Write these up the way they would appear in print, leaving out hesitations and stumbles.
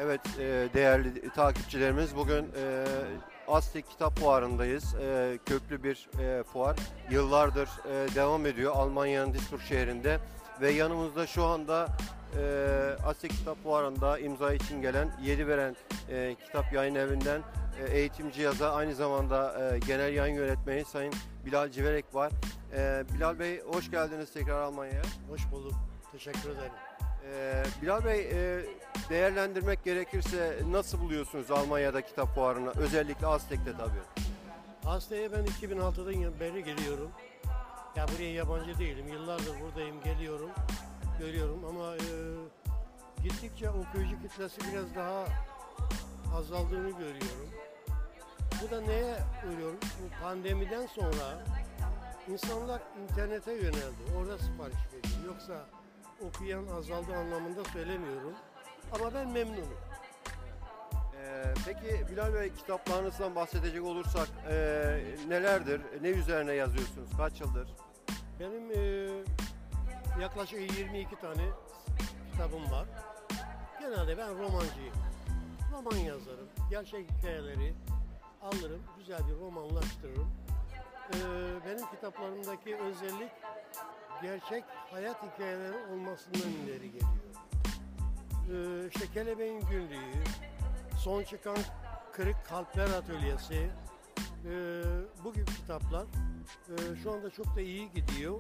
Evet, değerli takipçilerimiz, bugün Aztek Kitap Fuarı'ndayız. Köklü bir fuar. Yıllardır devam ediyor Almanya'nın Duisburg şehrinde. Ve yanımızda şu anda Aztek Kitap Fuarı'nda imza için gelen Yediveren Kitap Yayın Evi'nden eğitimci yazar, aynı zamanda genel yayın yönetmeni Sayın Bilal Civerek var. Bilal Bey, hoş geldiniz tekrar Almanya'ya. Hoş bulduk. Teşekkür ederim. Bilal Bey, değerlendirmek gerekirse nasıl buluyorsunuz Almanya'da kitap fuarını? Özellikle Aztek'te tabii. Asya'ya ben 2006'dan beri geliyorum. Ya buraya yabancı değilim. Yıllardır buradayım, geliyorum, görüyorum ama gittikçe okuyucu kitlesi biraz daha azaldığını görüyorum. Bu da neye görüyorum? Bu pandemiden sonra insanlar internete yöneldi. Orada sipariş veriyor. Yoksa okuyan azaldı anlamında söylemiyorum. Ama ben memnunum. Peki Bilal Bey, kitaplarınızdan bahsedecek olursak nelerdir? Ne üzerine yazıyorsunuz? Kaç yıldır? Benim yaklaşık 22 tane kitabım var. Genelde ben romancıyım. Roman yazarım. Gerçek hikayeleri alırım, güzel bir romanlaştırırım. Benim kitaplarımdaki özellik gerçek hayat hikayeleri olmasından ileri geliyor. İşte Kelebeğin Günlüğü, son çıkan Kırık Kalpler Atölyesi, bu gibi kitaplar şu anda çok da iyi gidiyor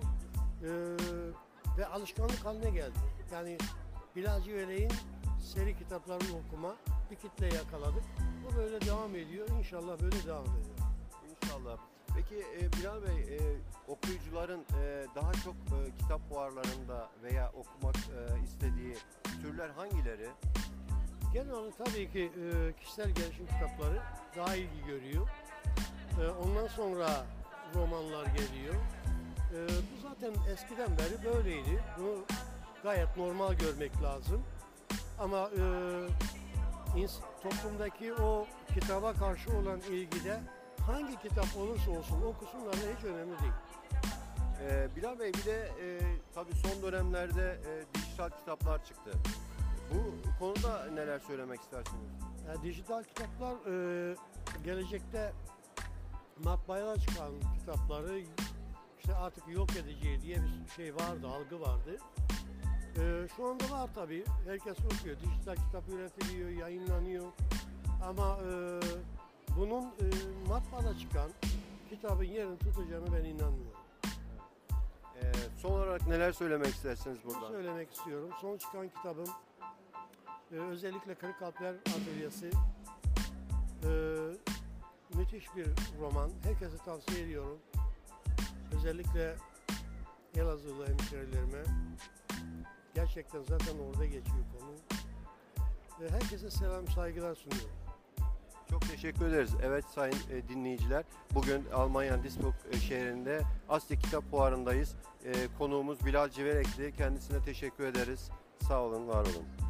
ve alışkanlık haline geldi. Yani Bilal Civerek'in seri kitaplarını okuma bir kitle yakaladık. Bu böyle devam ediyor. İnşallah böyle devam ediyor. İnşallah. Peki Bilal Bey, okuyucuların daha çok kitap fuarlarında veya okumak istediği türler hangileri? Genelde tabii ki kişisel gelişim kitapları daha ilgi görüyor. Ondan sonra romanlar geliyor. Bu zaten eskiden beri böyleydi. Bunu gayet normal görmek lazım. Ama toplumdaki o kitaba karşı olan ilgide hangi kitap olursa olsun okusunlar hiç önemli değil. Bilal Bey, bir de tabii son dönemlerde dijital kitaplar çıktı. Bu konuda neler söylemek istersiniz? Yani dijital kitaplar gelecekte matbaaya çıkan kitapları işte artık yok edeceği diye bir şey vardı, algı vardı. Şu anda var tabii. Herkes okuyor. Dijital kitap üretiliyor, yayınlanıyor. Ama bunun matbaada çıkan kitabın yerini tutacağını ben inanmıyorum. Son olarak neler söylemek istersiniz Bunu burada? söylemek istiyorum. Son çıkan kitabım özellikle Kırık Kalpler Atölyesi müthiş bir roman. Herkese tavsiye ediyorum. Özellikle Elazığlı hemşehrilerime. Gerçekten zaten orada geçiyor konu. Herkese selam, saygılar sunuyorum. Çok teşekkür ederiz. Evet sayın dinleyiciler, bugün Almanya'nın Duisburg şehrinde Aztek Kitap Fuarı'ndayız. Konuğumuz Bilal Civerek'ti. Kendisine teşekkür ederiz. Sağ olun, var olun.